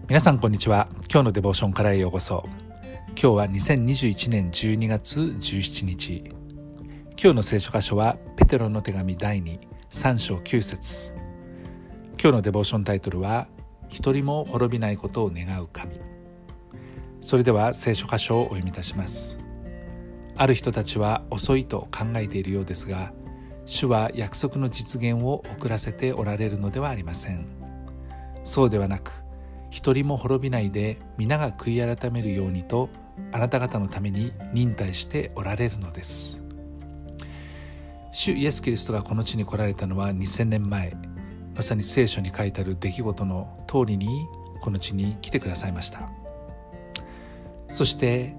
皆さんこんにちは。今日のデボーションからへようこそ。今日は2021年12月17日。今日の聖書箇所はペテロの手紙第2、3章9節。今日のデボーションタイトルは一人も滅びないことを願う神。それでは聖書箇所をお読みいたします。ある人たちは遅いと考えているようですが、主は約束の実現を遅らせておられるのではありません。そうではなく、一人も滅びないで皆が悔い改めるようにとあなた方のために忍耐しておられるのです。主イエス・キリストがこの地に来られたのは2000年前、まさに聖書に書いてある出来事の通りにこの地に来てくださいました。そして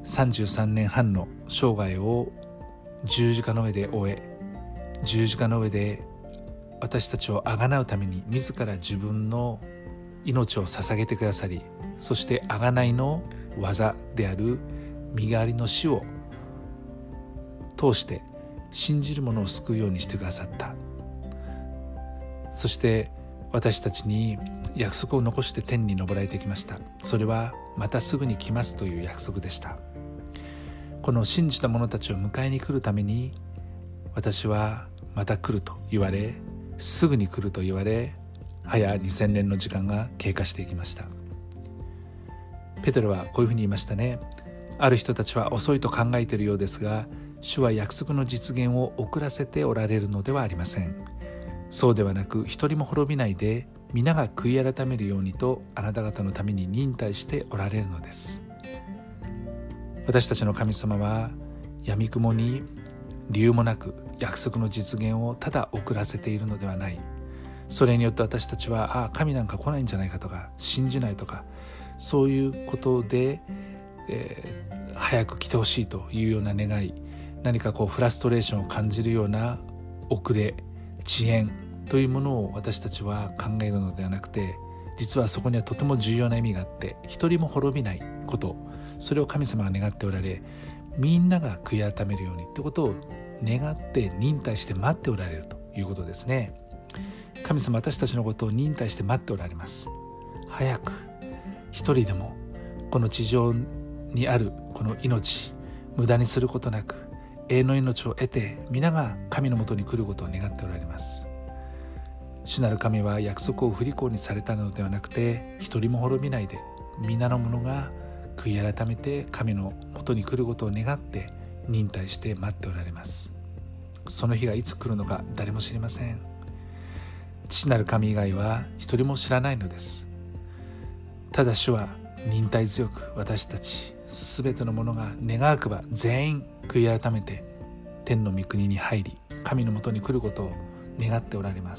33年半の生涯を十字架の上で終え、十字架の上で私たちをあがなうために自ら自分の命を捧げてくださり、そして贖いの技である身代わりの死を通して信じる者を救うようにしてくださった。そして私たちに約束を残して天に昇られてきました。それはまたすぐに来ますという約束でした。この信じた者たちを迎えに来るために、私はまた来ると言われ、すぐに来ると言われ、早2000年の時間が経過していきました。ペテロはこういうふうに言いましたね。ある人たちは遅いと考えているようですが、主は約束の実現を遅らせておられるのではありません。そうではなく、一人も滅びないで皆が悔い改めるようにとあなた方のために忍耐しておられるのです。私たちの神様は闇雲に理由もなく約束の実現をただ遅らせているのではない。それによって私たちは神なんか来ないんじゃないかとか、信じないとか、そういうことで、早く来てほしいというような願い、何かフラストレーションを感じるような遅れ、遅延というものを私たちは考えるのではなくて、実はそこにはとても重要な意味があって、一人も滅びないこと、それを神様が願っておられ、みんなが悔い改めるようにということを願って忍耐して待っておられるということですね。神様、私たちのことを忍耐して待っておられます。早く一人でもこの地上にあるこの命、無駄にすることなく永遠の命を得て皆が神のもとに来ることを願っておられます。主なる神は約束を不履行にされたのではなくて、一人も滅びないで皆の者が悔い改めて神のもとに来ることを願って忍耐して待っておられます。その日がいつ来るのか誰も知りません。父なる神以外は一人も知らないのです。ただ主は忍耐強く、私たちすべての者が願わくば全員悔い改めて天の御国に入り、神のもとに来ることを願っておられます。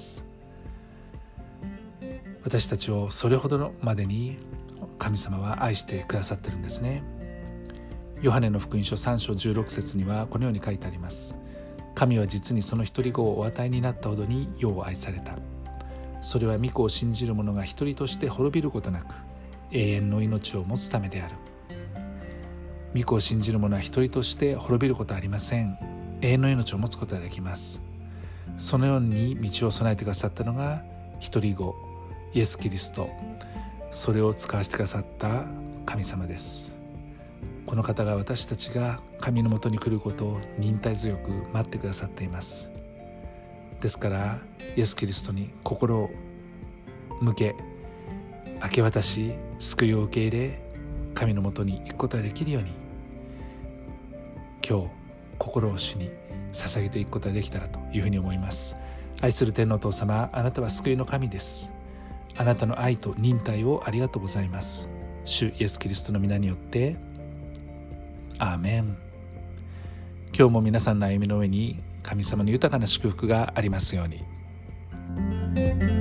私たちをそれほどまでに神様は愛してくださっているんですね。ヨハネの福音書3章16節にはこのように書いてあります。神は実にその一人子をお与えになったほどに世を愛された。それは御子を信じる者が一人として滅びることなく永遠の命を持つためである。御子を信じる者は一人として滅びることはありません。永遠の命を持つことができます。そのように道を備えてくださったのが一人子イエス・キリスト、それを使わせてくださった神様です。この方が私たちが神のもとに来ることを忍耐強く待ってくださっています。ですからイエス・キリストに心を向け、明け渡し救いを受け入れ、神のもとに行くことができるように、今日心を主に捧げていくことができたらというふうに思います。愛する天のお父様、あなたは救いの神です。あなたの愛と忍耐をありがとうございます。主イエス・キリストの皆によってアーメン。今日も皆さんの歩みの上に神様の豊かな祝福がありますように。